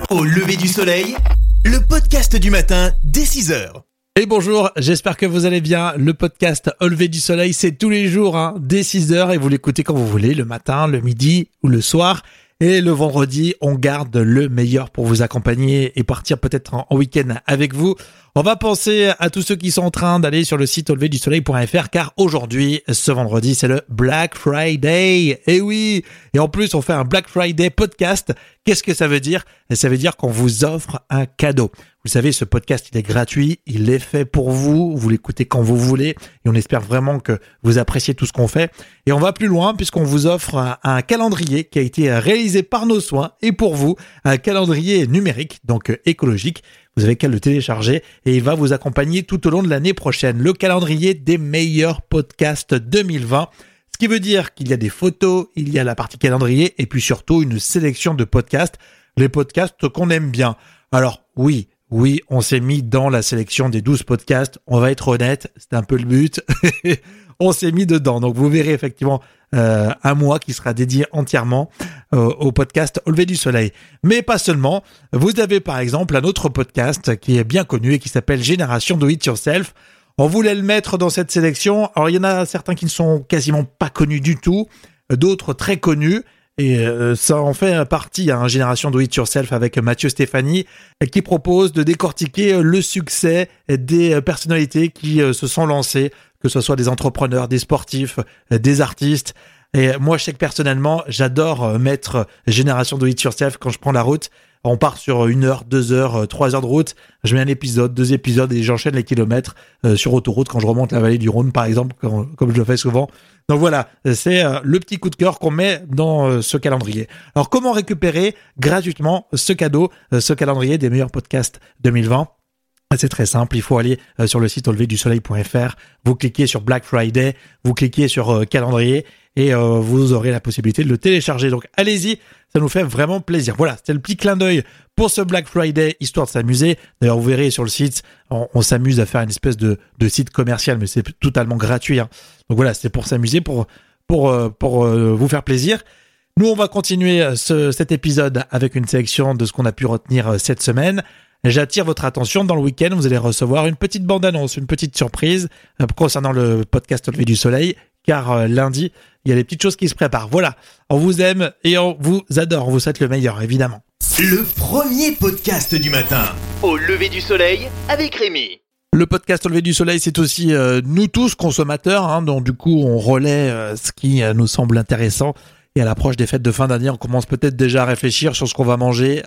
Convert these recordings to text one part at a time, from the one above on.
Au lever du soleil, le podcast du matin dès 6h. Et bonjour, j'espère que vous allez bien. Le podcast Au lever du soleil, c'est tous les jours, dès 6h, et vous l'écoutez quand vous voulez, le matin, le midi ou le soir. Et le vendredi, on garde le meilleur pour vous accompagner et partir peut-être en week-end avec vous. On va penser à tous ceux qui sont en train d'aller sur le site auleverdusoleil.fr car aujourd'hui, ce vendredi, c'est le Black Friday. Et oui, et en plus, on fait un Black Friday podcast. Qu'est-ce que ça veut dire ? Ça veut dire qu'on vous offre un cadeau. Vous savez, ce podcast, il est gratuit, il est fait pour vous, vous l'écoutez quand vous voulez et on espère vraiment que vous appréciez tout ce qu'on fait. Et on va plus loin puisqu'on vous offre un calendrier qui a été réalisé par nos soins et pour vous, un calendrier numérique, donc écologique. Vous avez qu'à le télécharger et il va vous accompagner tout au long de l'année prochaine. Le calendrier des meilleurs podcasts 2020. Ce qui veut dire qu'il y a des photos, il y a la partie calendrier et puis surtout une sélection de podcasts. Les podcasts qu'on aime bien. Alors oui, on s'est mis dans la sélection des 12 podcasts. On va être honnête, c'était un peu le but. On s'est mis dedans. Donc vous verrez effectivement un mois qui sera dédié entièrement au podcast Au lever du soleil. Mais pas seulement. Vous avez par exemple un autre podcast qui est bien connu et qui s'appelle Génération Do It Yourself. On voulait le mettre dans cette sélection. Alors il y en a certains qui ne sont quasiment pas connus du tout, d'autres très connus. Et ça en fait partie, Génération Do It Yourself avec Mathieu Stéphanie, qui propose de décortiquer le succès des personnalités qui se sont lancées, que ce soit des entrepreneurs, des sportifs, des artistes. Et moi, je sais que personnellement, j'adore mettre Génération Do It Yourself quand je prends la route. On part sur 1 heure, 2 heures, 3 heures de route. Je mets un épisode, 2 épisodes et j'enchaîne les kilomètres sur autoroute quand je remonte la vallée du Rhône, par exemple, comme je le fais souvent. Donc voilà, c'est le petit coup de cœur qu'on met dans ce calendrier. Alors, comment récupérer gratuitement ce cadeau, ce calendrier des meilleurs podcasts 2020 ? C'est très simple, il faut aller sur le site auleverdusoleil.fr, vous cliquez sur Black Friday, vous cliquez sur calendrier et vous aurez la possibilité de le télécharger. Donc allez-y, ça nous fait vraiment plaisir. Voilà, c'était le petit clin d'œil pour ce Black Friday, histoire de s'amuser. D'ailleurs, vous verrez sur le site, on s'amuse à faire une espèce de site commercial, mais c'est totalement gratuit. Donc voilà, c'est pour s'amuser, pour vous faire plaisir. Nous, on va continuer cet épisode avec une sélection de ce qu'on a pu retenir cette semaine. J'attire votre attention, dans le week-end, vous allez recevoir une petite bande-annonce, une petite surprise concernant le podcast Au lever du soleil, car lundi, il y a des petites choses qui se préparent. Voilà, on vous aime et on vous adore, on vous souhaite le meilleur, évidemment. Le premier podcast du matin, Au lever du soleil, avec Rémi. Le podcast Au lever du soleil, c'est aussi nous tous consommateurs, donc du coup, on relaie ce qui nous semble intéressant. Et à l'approche des fêtes de fin d'année, on commence peut-être déjà à réfléchir sur ce qu'on va manger,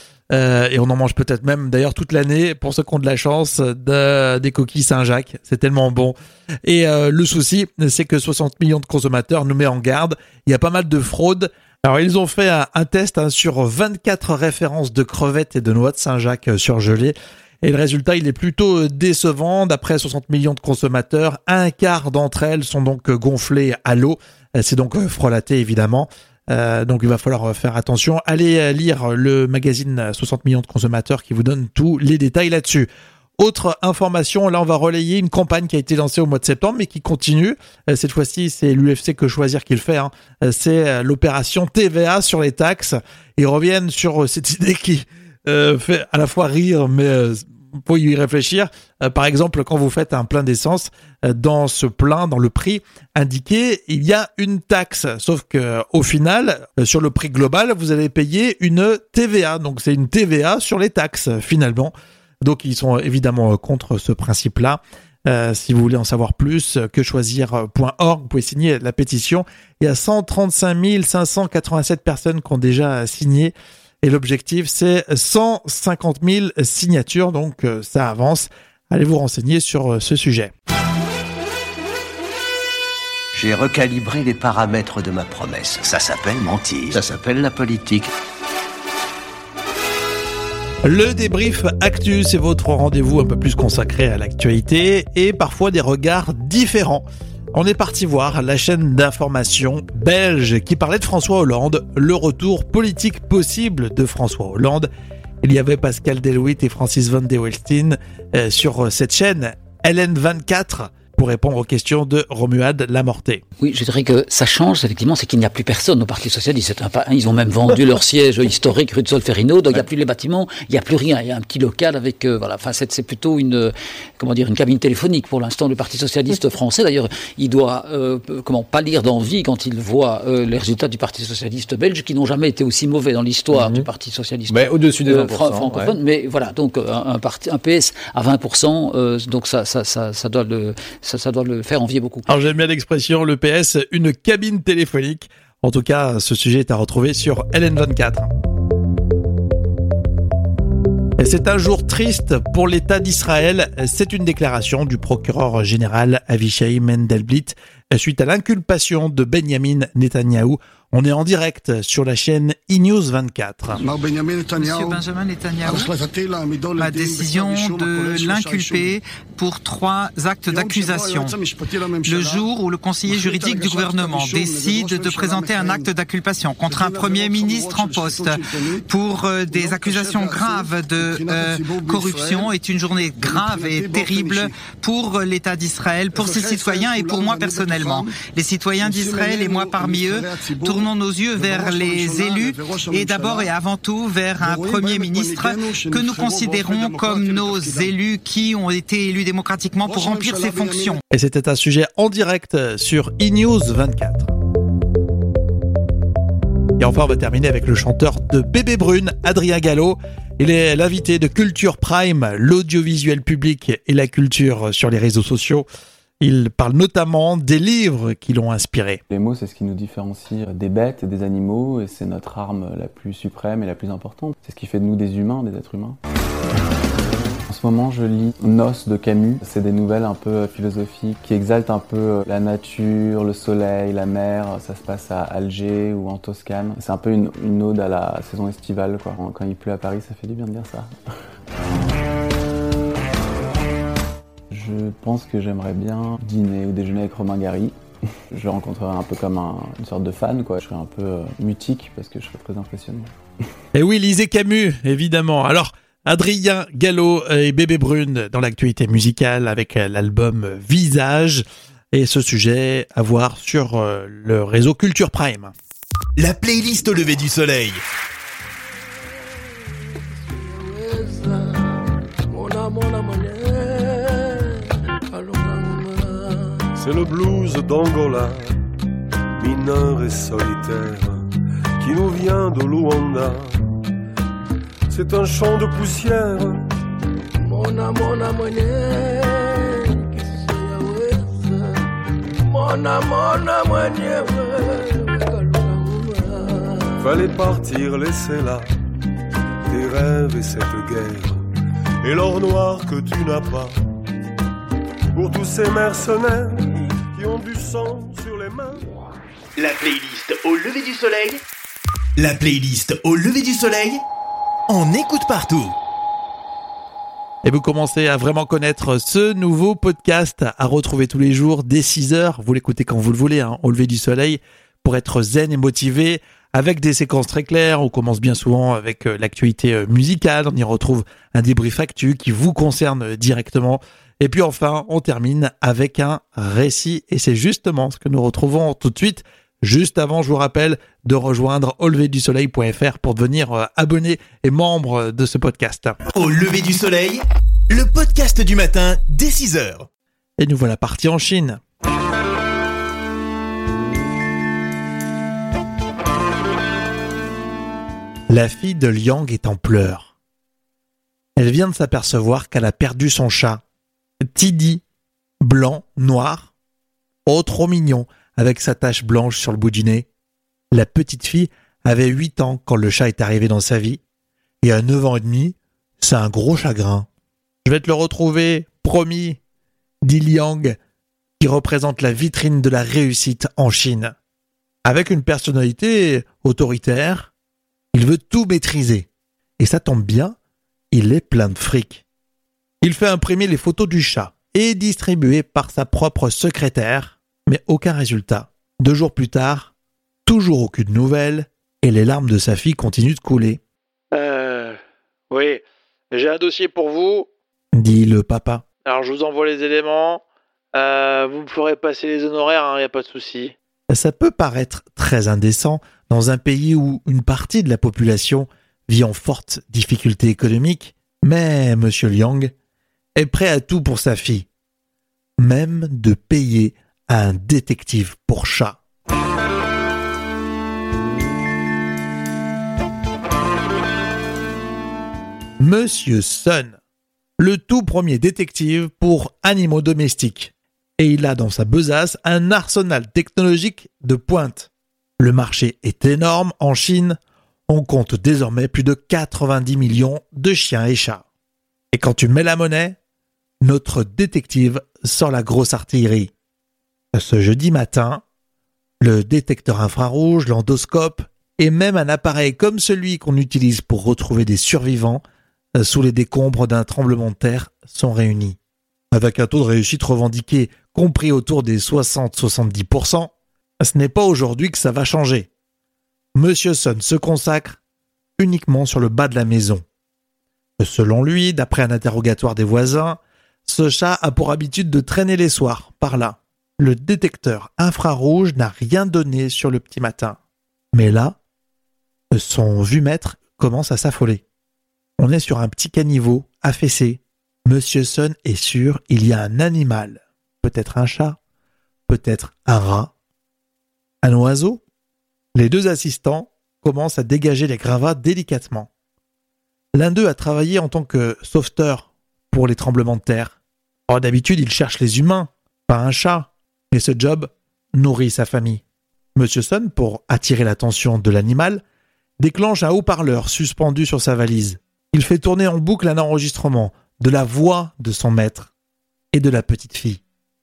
et on en mange peut-être même d'ailleurs toute l'année, pour ceux qui ont de la chance, des coquilles Saint-Jacques. C'est tellement bon. Et le souci, c'est que 60 millions de consommateurs nous met en garde. Il y a pas mal de fraudes. Alors ils ont fait un test sur 24 références de crevettes et de noix de Saint-Jacques surgelées. Et le résultat, il est plutôt décevant. D'après 60 millions de consommateurs, un quart d'entre elles sont donc gonflées à l'eau. C'est donc frelaté, évidemment. Donc il va falloir faire attention. Allez lire le magazine 60 millions de consommateurs qui vous donne tous les détails là-dessus. Autre information, là on va relayer une campagne qui a été lancée au mois de septembre mais qui continue. Cette fois-ci, c'est l'UFC Que Choisir qui le fait. C'est l'opération TVA sur les taxes. Ils reviennent sur cette idée qui fait à la fois rire mais faut y réfléchir. Par exemple, quand vous faites un plein d'essence, dans ce plein, dans le prix indiqué, il y a une taxe. Sauf que au final, sur le prix global, vous allez payer une TVA. Donc c'est une TVA sur les taxes finalement. Donc ils sont évidemment contre ce principe-là. Si vous voulez en savoir plus, quechoisir.org, vous pouvez signer la pétition. Il y a 135 587 personnes qui ont déjà signé. Et l'objectif, c'est 150 000 signatures, donc ça avance. Allez vous renseigner sur ce sujet. J'ai recalibré les paramètres de ma promesse. Ça s'appelle mentir. Ça s'appelle la politique. Le débrief Actu, c'est votre rendez-vous un peu plus consacré à l'actualité et parfois des regards différents. On est parti voir la chaîne d'information belge qui parlait de François Hollande, le retour politique possible de François Hollande. Il y avait Pascal Deloitte et Francis Van de Welstijn sur cette chaîne LN24 pour répondre aux questions de Romuald Lamorté. Oui, je dirais que ça change, effectivement, c'est qu'il n'y a plus personne au Parti Socialiste. Ils ont même vendu leur siège historique rue de Solferino, donc il n'y a plus les bâtiments, il n'y a plus rien. Il y a un petit local avec, c'est plutôt une cabine téléphonique pour l'instant, le Parti Socialiste français. D'ailleurs, il doit, pâlir d'envie quand il voit les résultats du Parti Socialiste belge, qui n'ont jamais été aussi mauvais dans l'histoire du Parti Socialiste. Mais au-dessus des 20%. Francophone. Mais voilà, donc un PS à 20%, donc ça doit le faire envier beaucoup. Alors j'aime bien l'expression, le PS, une cabine téléphonique. En tout cas, ce sujet est à retrouver sur LN24. Et c'est un jour triste pour l'État d'Israël. C'est une déclaration du procureur général Avishai Mendelblit suite à l'inculpation de Benjamin Netanyahou. On est en direct sur la chaîne eNews 24. Monsieur Benjamin Netanyahou, la décision de l'inculper pour 3 actes d'accusation. Le jour où le conseiller juridique du gouvernement décide de présenter un acte d'inculpation contre un Premier ministre en poste pour des accusations graves de corruption est une journée grave et terrible pour l'État d'Israël, pour ses citoyens et pour moi personnellement. Les citoyens d'Israël et moi parmi eux, tournons nos yeux vers les élus et d'abord et avant tout vers un Premier ministre que nous considérons comme nos élus qui ont été élus démocratiquement pour remplir ses fonctions. Et c'était un sujet en direct sur eNews 24. Et enfin, on va terminer avec le chanteur de Bébé Brune, Adrien Gallo. Il est l'invité de Culture Prime, l'audiovisuel public et la culture sur les réseaux sociaux. Il parle notamment des livres qui l'ont inspiré. Les mots, c'est ce qui nous différencie des bêtes et des animaux, et c'est notre arme la plus suprême et la plus importante. C'est ce qui fait de nous des humains, des êtres humains. En ce moment, je lis Nos de Camus. C'est des nouvelles un peu philosophiques qui exaltent un peu la nature, le soleil, la mer. Ça se passe à Alger ou en Toscane. C'est un peu une ode à la saison estivale, quoi. Quand il pleut à Paris, ça fait du bien de dire ça. Je pense que j'aimerais bien dîner ou déjeuner avec Romain Gary. Je le rencontrerais un peu comme une sorte de fan, quoi. Je serais un peu mutique parce que je serais très impressionné. Et oui, lisez Camus, évidemment. Alors, Adrien Gallo et Bébé Brune dans l'actualité musicale avec l'album Visage. Et ce sujet à voir sur le réseau Culture Prime. La playlist au lever du soleil. C'est le blues d'Angola, mineur et solitaire, qui nous vient de Luanda. C'est un champ de poussière. Fallait partir, laisser là tes rêves et cette guerre, et l'or noir que tu n'as pas. Pour tous ces mercenaires qui ont du sang sur les mains. La playlist au lever du soleil. La playlist au lever du soleil. On écoute partout. Et vous commencez à vraiment connaître ce nouveau podcast à retrouver tous les jours dès 6h. Vous l'écoutez quand vous le voulez, au lever du soleil, pour être zen et motivé, avec des séquences très claires. On commence bien souvent avec l'actualité musicale. On y retrouve un débrief actu qui vous concerne directement. Et puis enfin, on termine avec un récit. Et c'est justement ce que nous retrouvons tout de suite. Juste avant, je vous rappelle de rejoindre auleverdusoleil.fr pour devenir abonné et membre de ce podcast. Au lever du soleil, le podcast du matin dès 6h. Et nous voilà partis en Chine. La fille de Liang est en pleurs. Elle vient de s'apercevoir qu'elle a perdu son chat. Tidy, blanc, noir, oh trop mignon, avec sa tache blanche sur le bout du nez. La petite fille avait 8 ans quand le chat est arrivé dans sa vie, et à 9 ans et demi, c'est un gros chagrin. Je vais te le retrouver, promis, dit Liang, qui représente la vitrine de la réussite en Chine. Avec une personnalité autoritaire, il veut tout maîtriser. Et ça tombe bien, il est plein de fric. Il fait imprimer les photos du chat et distribuer par sa propre secrétaire, mais aucun résultat. 2 jours plus tard, toujours aucune nouvelle, et les larmes de sa fille continuent de couler. Oui, j'ai un dossier pour vous, Dit le papa. alors je vous envoie les éléments. Vous me ferez passer les honoraires, y a pas de souci. Ça peut paraître très indécent dans un pays où une partie de la population vit en forte difficulté économique, mais M. Liang est prêt à tout pour sa fille, même de payer à un détective pour chat. Monsieur Sun, le tout premier détective pour animaux domestiques. Et il a dans sa besace un arsenal technologique de pointe. Le marché est énorme en Chine. On compte désormais plus de 90 millions de chiens et chats. Et quand tu mets la monnaie, notre détective sort la grosse artillerie. Ce jeudi matin, le détecteur infrarouge, l'endoscope et même un appareil comme celui qu'on utilise pour retrouver des survivants sous les décombres d'un tremblement de terre sont réunis. Avec un taux de réussite revendiqué compris autour des 60-70%, ce n'est pas aujourd'hui que ça va changer. Monsieur Sun se consacre uniquement sur le bas de la maison. Selon lui, d'après un interrogatoire des voisins, ce chat a pour habitude de traîner les soirs par là. Le détecteur infrarouge n'a rien donné sur le petit matin. Mais là, son vue-mètre commence à s'affoler. On est sur un petit caniveau, affaissé. Monsieur Sun est sûr, il y a un animal. Peut-être un chat, peut-être un rat, un oiseau. Les deux assistants commencent à dégager les gravats délicatement. L'un d'eux a travaillé en tant que sauveteur pour les tremblements de terre. Or, d'habitude, il cherche les humains, pas un chat. Mais ce job nourrit sa famille. Monsieur Sun, pour attirer l'attention de l'animal, déclenche un haut-parleur suspendu sur sa valise. Il fait tourner en boucle un enregistrement de la voix de son maître et de la petite fille.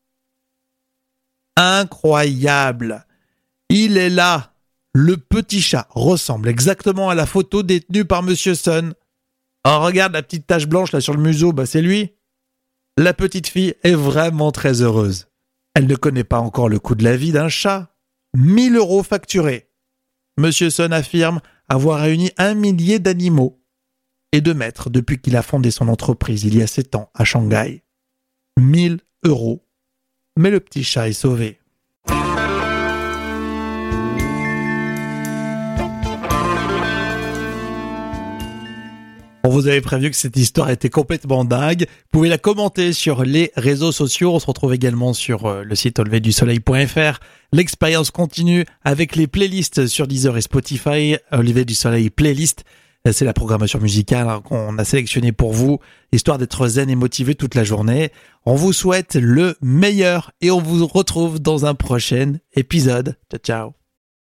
Incroyable! Il est là! Le petit chat ressemble exactement à la photo détenue par Monsieur Sun. Oh, regarde la petite tache blanche là sur le museau, c'est lui. La petite fille est vraiment très heureuse. Elle ne connaît pas encore le coût de la vie d'un chat. 1 000 € facturés. Monsieur Sun affirme avoir réuni 1 millier d'animaux et de maîtres depuis qu'il a fondé son entreprise il y a 7 ans à Shanghai. 1 000 €. Mais le petit chat est sauvé. On vous avait prévenu que cette histoire était complètement dingue. Vous pouvez la commenter sur les réseaux sociaux. On se retrouve également sur le site auleverdusoleil.fr. L'expérience continue avec les playlists sur Deezer et Spotify. Au lever du soleil playlist, c'est la programmation musicale qu'on a sélectionnée pour vous, histoire d'être zen et motivé toute la journée. On vous souhaite le meilleur et on vous retrouve dans un prochain épisode. Ciao, ciao.